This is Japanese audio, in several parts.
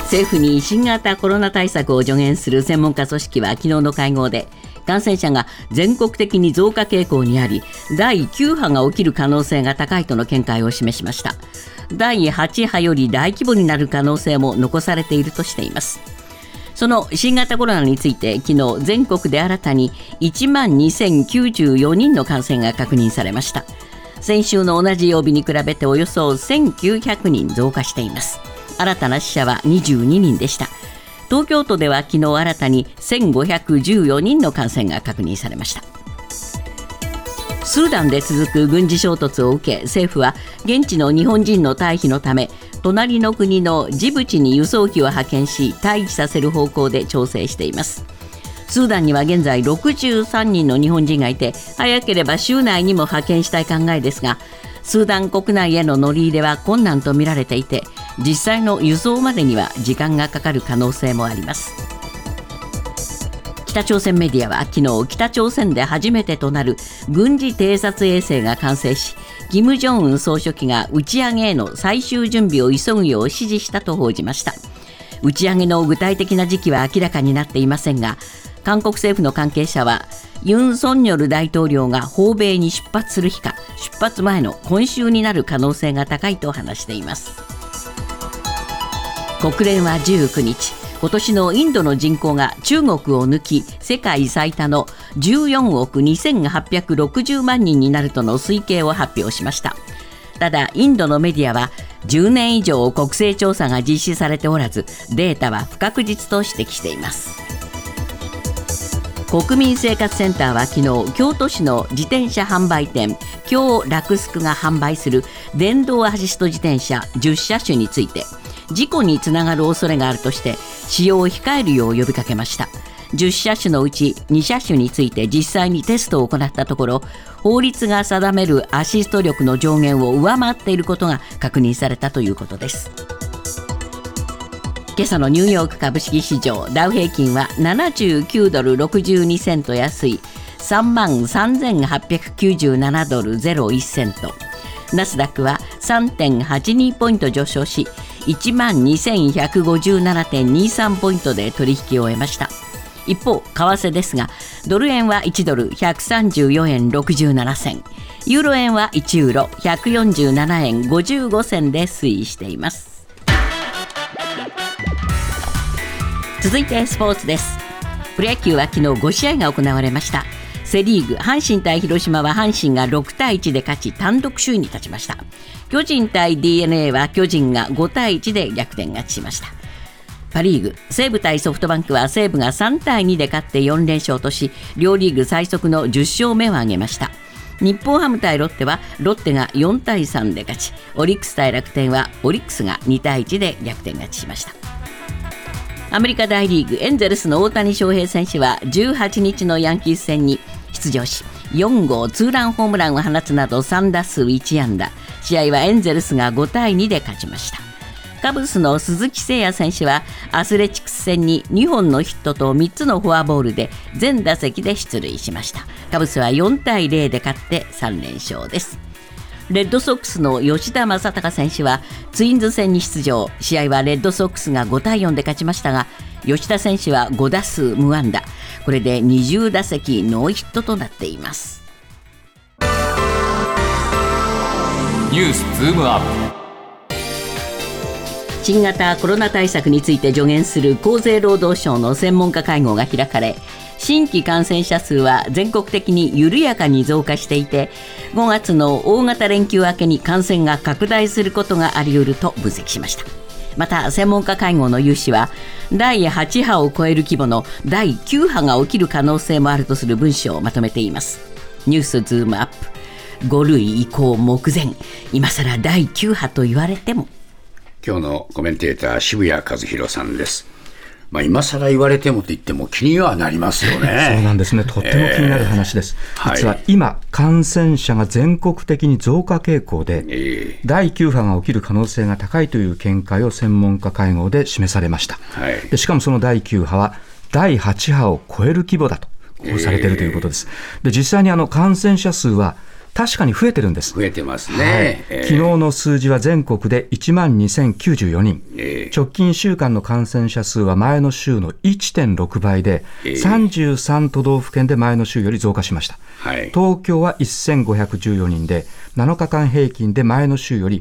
政府に新型コロナ対策を助言する専門家組織は昨日の会合で、感染者が全国的に増加傾向にあり、第9波が起きる可能性が高いとの見解を示しました。第8波より大規模になる可能性も残されているとしています。その新型コロナについて、昨日全国で新たに1万2094人の感染が確認されました。先週の同じ曜日に比べておよそ1900人増加しています。新たな死者は22人でした。東京都では昨日新たに1514人の感染が確認されました。スーダンで続く軍事衝突を受け、政府は現地の日本人の退避のため、隣の国のジブチに輸送機を派遣し退避させる方向で調整しています。スーダンには現在63人の日本人がいて、早ければ週内にも派遣したい考えですが、スーダン国内への乗り入れは困難とみられていて、実際の輸送までには時間がかかる可能性もあります。北朝鮮メディアは昨日、北朝鮮で初めてとなる軍事偵察衛星が完成し、金正恩総書記が打ち上げへの最終準備を急ぐよう指示したと報じました。打ち上げの具体的な時期は明らかになっていませんが、韓国政府の関係者は、ユン・ソンニョル大統領が訪米に出発する日か、出発前の今週になる可能性が高いと話しています。国連は19日、今年のインドの人口が中国を抜き世界最多の14億2860万人になるとの推計を発表しました。ただ、インドのメディアは10年以上国勢調査が実施されておらず、データは不確実と指摘しています。国民生活センターは昨日、京都市の自転車販売店京ラクスクが販売する電動アシスト自転車10車種について、事故につながる恐れがあるとして使用を控えるよう呼びかけました。10車種のうち2車種について実際にテストを行ったところ、法律が定めるアシスト力の上限を上回っていることが確認されたということです。今朝のニューヨーク株式市場、ダウ平均は79ドル62セント安い33,897ドル01セント、ナスダックは 3.82 ポイント上昇し 12,157.23 ポイントで取引を終えました。一方、為替ですが、ドル円は1ドル134円67銭、ユーロ円は1ユーロ147円55銭で推移しています。続いてスポーツです。プロ野球は昨日5試合が行われました。セリーグ、阪神対広島は阪神が6対1で勝ち単独首位に立ちました。巨人対 DNA は巨人が5対1で逆転勝ちしました。パリーグ、西武対ソフトバンクは西武が3対2で勝って4連勝とし、両リーグ最速の10勝目を挙げました。日本ハム対ロッテはロッテが4対3で勝ち、オリックス対楽天はオリックスが2対1で逆転勝ちしました。アメリカ大リーグ、エンゼルスの大谷翔平選手は18日のヤンキース戦に出場し、4号ツーランホームランを放つなど3打数1安打、試合はエンゼルスが5対2で勝ちました。カブスの鈴木誠也選手はアスレチックス戦に2本のヒットと3つのフォアボールで全打席で出塁しました。カブスは4対0で勝って3連勝です。レッドソックスの吉田正尚選手はツインズ戦に出場、試合はレッドソックスが5対4で勝ちましたが、吉田選手は5打数無安打、これで20打席ノーヒットとなっています。 ニュースズームアップ。 新型コロナ対策について助言する厚生労働省の専門家会合が開かれ、新規感染者数は全国的に緩やかに増加していて、5月の大型連休明けに感染が拡大することがあり得ると分析しました。また、専門家会合の有志は第8波を超える規模の第9波が起きる可能性もあるとする文章をまとめています。ニュースズームアップ。5類移行目前、今更第9波と言われても。 今日のコメンテーター、渋谷和弘さんです。今更言われてもと言っても気にはなりますよね。 そうなんですね。とっても気になる話です。実は今、感染者が全国的に増加傾向で、第9波が起きる可能性が高いという見解を専門家会合で示されました。でしかもその第9波は第8波を超える規模だとこうされているということです。で、実際に感染者数は確かに増えてるんです。 増えてますね。 昨日の数字は全国で1万2094人、直近1週間の感染者数は前の週の 1.6 倍で、33都道府県で前の週より増加しました。東京は1514人で、7日間平均で前の週より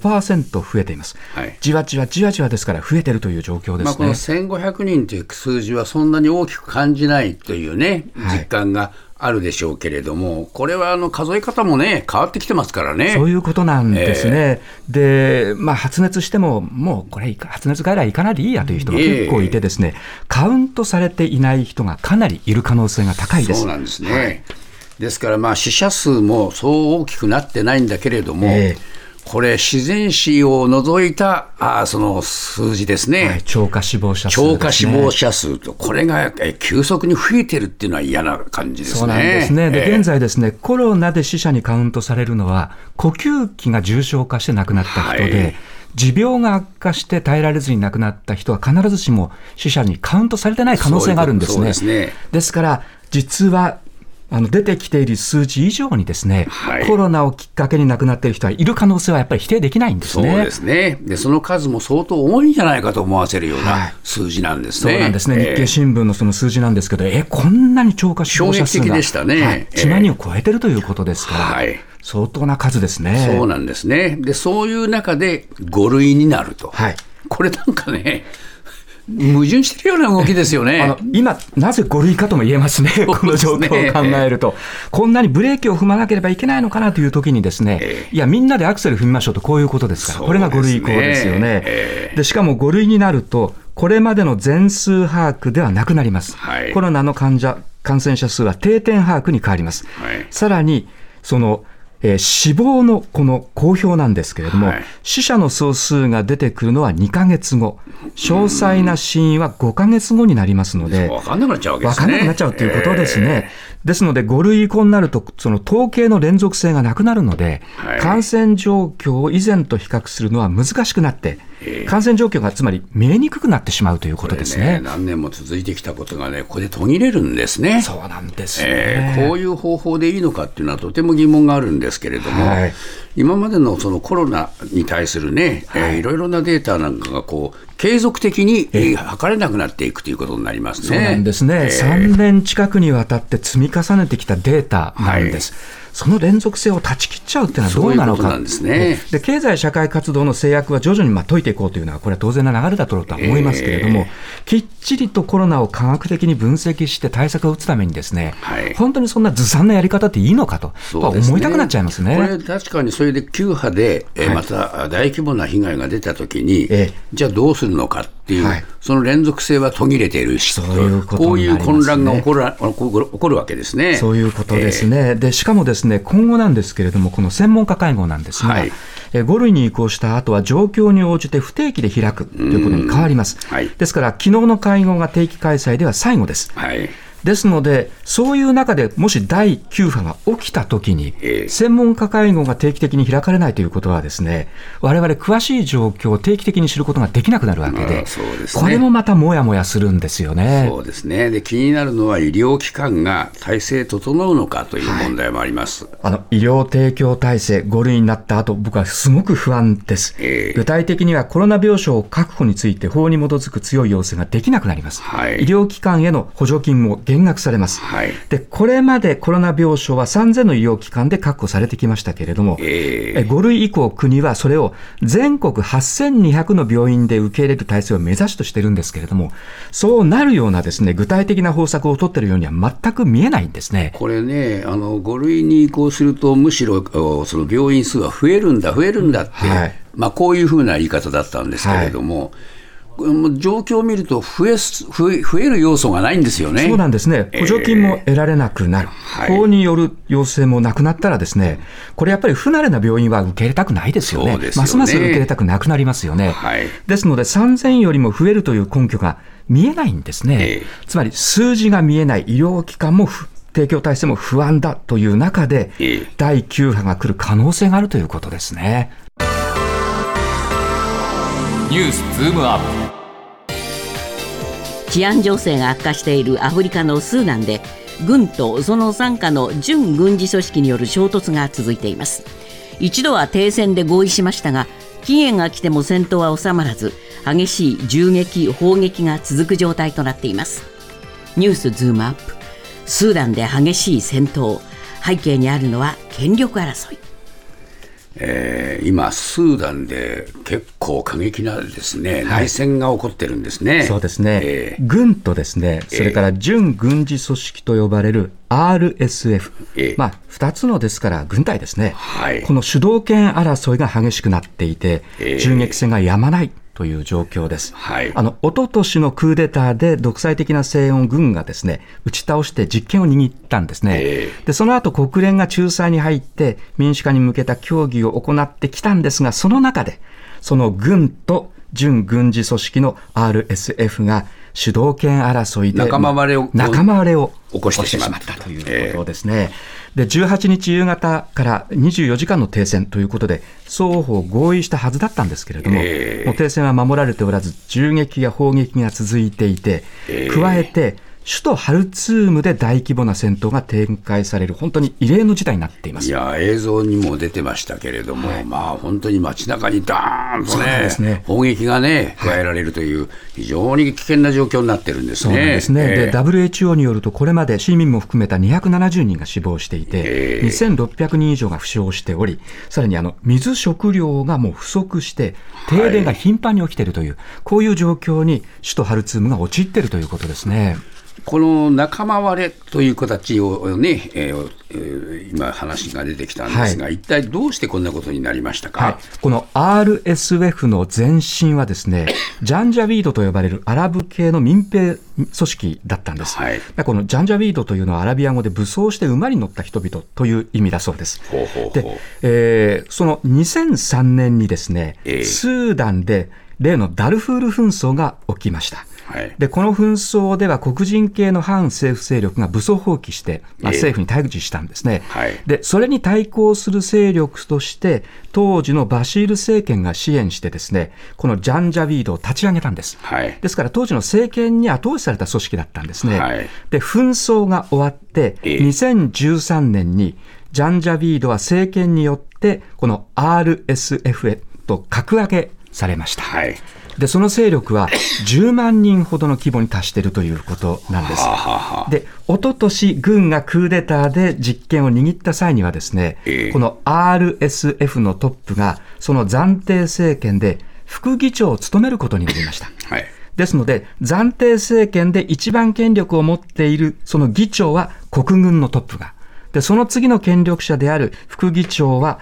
5% 増えています。じわじわじわじわですから増えているという状況ですね。 この1500人という数字はそんなに大きく感じないというね、実感があるでしょうけれども、これは数え方もね変わってきてますからね。 そういうことなんですね。で、発熱してももうこれ発熱外来行かないでいいやという人が結構いてですね、カウントされていない人がかなりいる可能性が高いです。 そうなんですね。ですから死者数もそう大きくなってないんだけれども、これ自然死を除いたその数字ですね、 超過死亡者数ですね。 超過死亡者数と、これが急速に増えてるっていうのは嫌な感じですね。 そうなんですね。で、現在ですね、コロナで死者にカウントされるのは呼吸器が重症化して亡くなった人で、持病が悪化して耐えられずに亡くなった人は必ずしも死者にカウントされてない可能性があるんですね。ですから実は出てきている数字以上にですね、コロナをきっかけに亡くなっている人はいる可能性はやっぱり否定できないんですね。 そうですね。で、その数も相当多いんじゃないかと思わせるような数字なんですね。 そうなんですね。日経新聞のその数字なんですけど、こんなに超過死亡者数が衝撃的でしたね。 1万人を超えてるということですから、相当な数ですね。 そうなんですね。で、そういう中で5類になると、これなんかね、矛盾してるような動きですよね。 今なぜ5類かとも言えますね。この状況を考えると、こんなにブレーキを踏まなければいけないのかなという時にですね、いやみんなでアクセル踏みましょうと、こういうことですから、これが5類移行ですよね。でしかも5類になるとこれまでの全数把握ではなくなります。コロナの感染者数は定点把握に変わります。さらにその死亡のこの公表なんですけれども、死者の総数が出てくるのは2ヶ月後、詳細な死因は5ヶ月後になりますので、 分かんなくなっちゃうわけですね。 分かんなくなっちゃうということですね。ですので5類移行になるとその統計の連続性がなくなるので、感染状況を以前と比較するのは難しくなって、感染状況がつまり見えにくくなってしまうということですね。 何年も続いてきたことがね、ここで途切れるんですね。 そうなんですね。 こういう方法でいいのかっていうのはとても疑問があるんですけれども、今までのそのコロナに対するね、いろいろなデータなんかが継続的に測れなくなっていくということになりますね。 そうなんですね。3年近くにわたって積み重ねてきたデータなんです。その連続性を断ち切っちゃうというのはどうなのか。 そういうことなんですね。 で、経済社会活動の制約は徐々に解いていこうというのはこれは当然な流れだとは思いますけれども、きっちりとコロナを科学的に分析して対策を打つためにですね、本当にそんなずさんなやり方っていいのかと思いたくなっちゃいますね。 これ確かにそれで9波でまた大規模な被害が出たときに、じゃあどうするのかっていう、その連続性は途切れているし、こういう混乱が起こるわけですね。 そういうことですね。でしかもですね、今後なんですけれども、この専門家会合なんですが、5類に移行した後は状況に応じて不定期で開くということに変わります。ですから昨日の会合が定期開催では最後です。ですので、そういう中でもし第9波が起きたときに、専門家会合が定期的に開かれないということはですね、我々詳しい状況を定期的に知ることができなくなるわけで、これもまたもやもやするんですよね。 そうですね。で、気になるのは医療機関が体制整うのかという問題もあります。 医療提供体制、5類になった後、僕はすごく不安です。具体的にはコロナ病床確保について法に基づく強い要請ができなくなります。医療機関への補助金も減額されます。で、これまでコロナ病床は3000の医療機関で確保されてきましたけれども、5類以降国はそれを全国8200の病院で受け入れる体制を目指しとしているんですけれども、そうなるようなですね、具体的な方策を取っているようには全く見えないんですね。 これね、5類に移行するとむしろその病院数は増えるんだって、こういうふうな言い方だったんですけれども、状況を見ると増える要素がないんですよね。 そうなんですね。補助金も得られなくなる、法による要請もなくなったらですね、これやっぱり不慣れな病院は受け入れたくないですよね。ますます受け入れたくなくなりますよね。ですので3000よりも増えるという根拠が見えないんですね。つまり数字が見えない、医療機関も提供体制も不安だという中で、第9波が来る可能性があるということですね。 ニュースズームアップ。 治安情勢が悪化しているアフリカのスーダンで軍とその傘下の準軍事組織による衝突が続いています。一度は停戦で合意しましたが、期限が来ても戦闘は収まらず、激しい銃撃・砲撃が続く状態となっています。ニュースズームアップ。スーダンで激しい戦闘、背景にあるのは権力争い。 今スーダンで結構過激なですね、内戦が起こってるんですね。 そうですね、軍とですね、それから準軍事組織と呼ばれる RSF、2つのですから軍隊ですね、この主導権争いが激しくなっていて、銃撃戦がやまないという状況です。一昨年のクーデターで独裁的な西欧軍がですね、打ち倒して実権を握ったんですね。でその後国連が仲裁に入って民主化に向けた協議を行ってきたんですが、その中でその軍と準軍事組織の RSF が主導権争いで仲間割れを起こしてしまったということですね。で18日夕方から24時間の停戦ということで双方合意したはずだったんですけれども、もう停戦は守られておらず、銃撃や砲撃が続いていて、加えて首都ハルツームで大規模な戦闘が展開される、本当に異例の事態になっています。 いや映像にも出てましたけれども、本当に街中にダーンとね、砲撃がね加えられるという非常に危険な状況になってるんですね。 そうなんですね。で WHO によると、これまで市民も含めた270人が死亡していて、2600人以上が負傷しており、さらに水食料がもう不足して停電が頻繁に起きているという、こういう状況に首都ハルツームが陥っているということですね。 この仲間割れという形をね、今話が出てきたんですが、一体どうしてこんなことになりましたか。 この RSF の前身はですね、ジャンジャウィードと呼ばれるアラブ系の民兵組織だったんです。このジャンジャウィードというのはアラビア語で武装して馬に乗った人々という意味だそうです。で、その2003年にですね、スーダンで例のダルフール紛争が起きました。でこの紛争では黒人系の反政府勢力が武装蜂起して、政府に対峙したんですね。でそれに対抗する勢力として当時のバシール政権が支援してですね、このジャンジャウィードを立ち上げたんです。ですから当時の政権に後押しされた組織だったんですね。で紛争が終わって2013年にジャンジャウィードは政権によってこの RSF へと格上げされました。でその勢力は10万人ほどの規模に達しているということなんです。で一昨年軍がクーデターで実権を握った際にはですね、この RSF のトップがその暫定政権で副議長を務めることになりました。ですので暫定政権で一番権力を持っているその議長は国軍のトップがで、その次の権力者である副議長は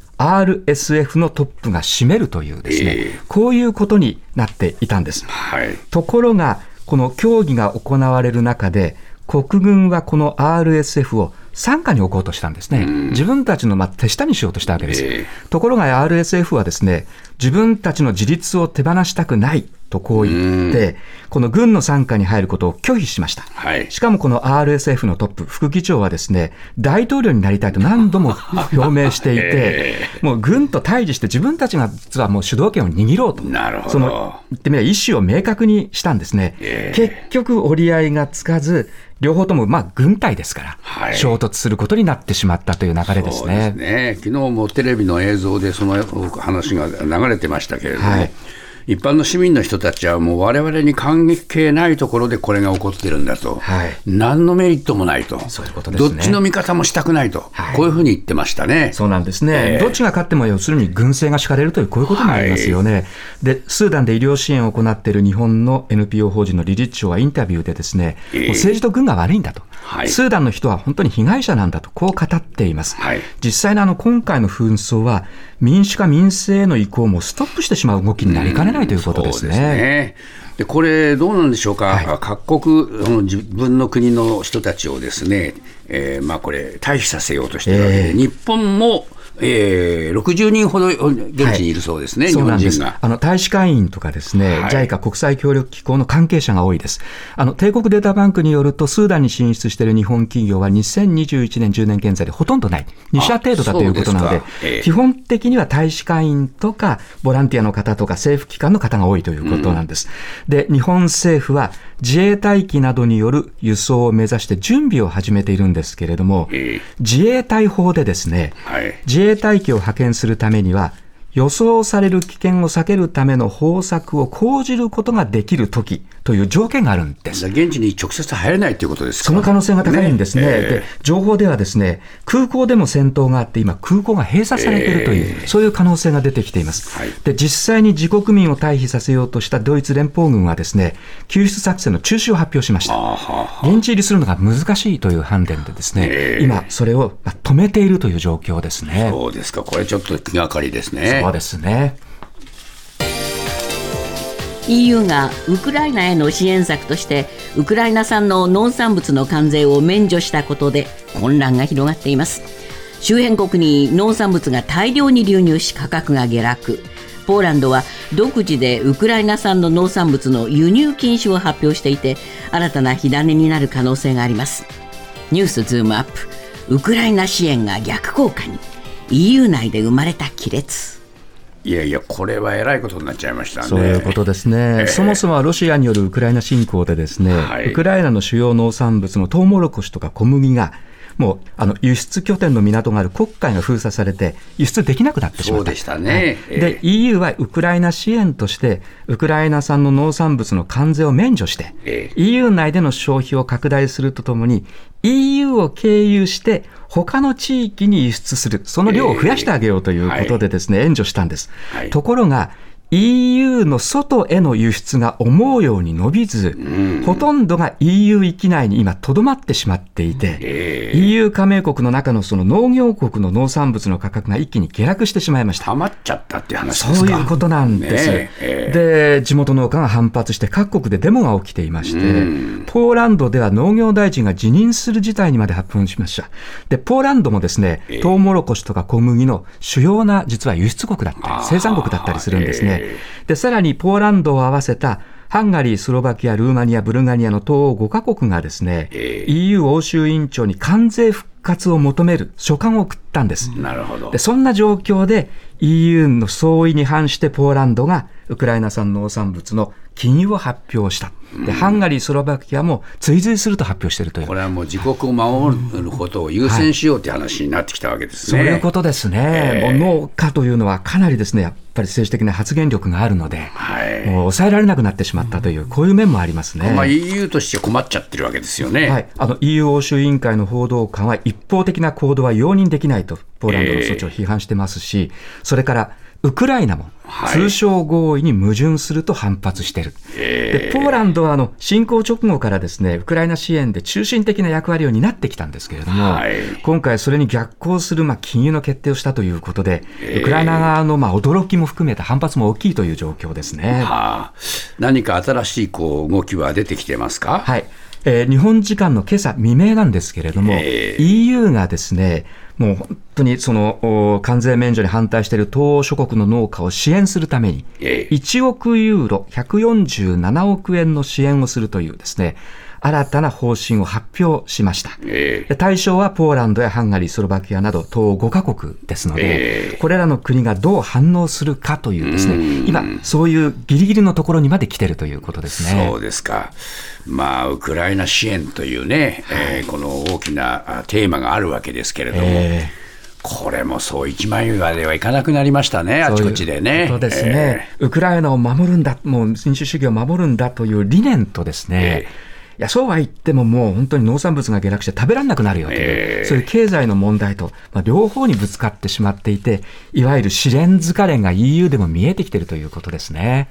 RSF のトップが占めるというですね、こういうことになっていたんです。ところがこの協議が行われる中で国軍はこの RSF を傘下に置こうとしたんですね。自分たちの手下にしようとしたわけです。ところが RSF はですね、自分たちの自立を手放したくないとこう言って、この軍の傘下に入ることを拒否しました。しかもこの RSF のトップ、副議長はですね、大統領になりたいと何度も表明していて、もう軍と対峙して自分たちが実はもう主導権を握ろうと、その言ってみれば意思を明確にしたんですね。結局折り合いがつかず、両方とも軍隊ですから、衝突することになってしまったという流れですね。 昨日もテレビの映像でその話が流れてましたけれども、一般の市民の人たちはもう我々に関係ないところでこれが起こってるんだと、何のメリットもないと、 そういうことですね、 どっちの味方もしたくないと、こういうふうに言ってましたね。 そうなんですね、どっちが勝っても要するに軍政が敷かれるというこういうことになりますよね。でスーダンで医療支援を行っている日本の NPO 法人の理事長はインタビューでですね、もう政治と軍が悪いんだと、スーダンの人は本当に被害者なんだとこう語っています。実際の今回の紛争は民主化民政への移行もストップしてしまう動きになりかねないということですね。 でこれどうなんでしょうか、各国自分の国の人たちをですね、これ退避させようとしているわけで、日本も 60人ほど現地にいるそうですね、日本人が。 大使館員とかですね、JICA 国際協力機構の関係者が多いです。帝国データバンクによると、スーダンに進出している日本企業は2021年10年現在でほとんどない、2社程度だということなので、基本的には大使館員とかボランティアの方とか政府機関の方が多いということなんです。で、日本政府は自衛隊機などによる輸送を目指して準備を始めているんですけれども、自衛隊法でですね、自衛隊機を派遣するためには予想される危険を避けるための方策を講じることができるときという条件があるんです。 現地に直接入れないということですか。 その可能性が高いんですね。で、情報ではですね、空港でも戦闘があって今空港が閉鎖されているという、そういう可能性が出てきています。で、実際に自国民を退避させようとしたドイツ連邦軍はですね、救出作戦の中止を発表しました。現地入りするのが難しいという判断でですね、今それを止めているという状況ですね。 そうですか。これちょっと気がかりですね。 そうですね。 EU がウクライナへの支援策としてウクライナ産の農産物の関税を免除したことで混乱が広がっています。周辺国に農産物が大量に流入し価格が下落。ポーランドは独自でウクライナ産の農産物の輸入禁止を発表していて、新たな火種になる可能性があります。ニュースズームアップ。ウクライナ支援が逆効果に。 EU 内で生まれた亀裂。 いやいや、これはえらいことになっちゃいましたね。 そういうことですね。そもそもはロシアによるウクライナ侵攻でですね、ウクライナの主要農産物のトウモロコシとか小麦がもう輸出拠点の港がある黒海が封鎖されて輸出できなくなってしまった。 そうでしたね。 で、EU はウクライナ支援としてウクライナ産の農産物の関税を免除して、EU 内での消費を拡大するとともに EU を経由して他の地域に輸出する、その量を増やしてあげようということでですね、援助したんです。ところがEU の外への輸出が思うように伸びず、ほとんどが EU 域内に今とどまってしまっていて、EU 加盟国の中のその農業国の農産物の価格が一気に下落してしまいました。 溜まっちゃったっていう話ですか。 そういうことなんです。で、地元農家が反発して各国でデモが起きていまして、ポーランドでは農業大臣が辞任する事態にまで発展しました。で、ポーランドもですね、トウモロコシとか小麦の主要な実は輸出国だったり生産国だったりするんですね。で、さらにポーランドを合わせたハンガリー、スロバキア、ルーマニア、ブルガリアの東欧5カ国がですね、EU 欧州委員長に関税復活を求める書簡を送ったんです。 なるほど。 で、そんな状況で EU の総意に反してポーランドがウクライナ産農産物の禁輸を発表した。で、ハンガリー、スロバキアも追随すると発表しているという。 これはもう自国を守ることを優先しようという話になってきたわけですね。 そういうことですね。もう農家というのはかなりですね、やっぱり政治的な発言力があるので、もう抑えられなくなってしまったという、こういう面もありますね。 EU として困っちゃってるわけですよね。 EU 欧州委員会の報道官は一方的な行動は容認できないとポーランドの措置を批判してますし、それからウクライナも通商合意に矛盾すると反発している。で、ポーランドは侵攻直後からですね、ウクライナ支援で中心的な役割を担ってきたんですけれども、今回それに逆行する禁輸の決定をしたということで、ウクライナ側の驚きも含めた反発も大きいという状況ですね。 何か新しい動きは出てきてますか。 日本時間の今朝未明なんですけれども、EU がですね、もう本当にその関税免除に反対している東欧諸国の農家を支援するために1億ユーロ147億円の支援をするというですね、新たな方針を発表しました。対象はポーランドやハンガリー、スロバキアなど東欧5カ国ですので、これらの国がどう反応するかというですね、今そういうギリギリのところにまで来ているということですね。 そうですか。ウクライナ支援というね、この大きなテーマがあるわけですけれども、これもそう一枚岩ではいかなくなりましたね、あちこちでね。 そうですね。ウクライナを守るんだ、もう民主主義を守るんだという理念とですね、いや、そうは言ってももう本当に農産物が下落して食べられなくなるよという、そういう経済の問題と、両方にぶつかってしまっていて、いわゆる試練疲れが EU でも見えてきているということですね。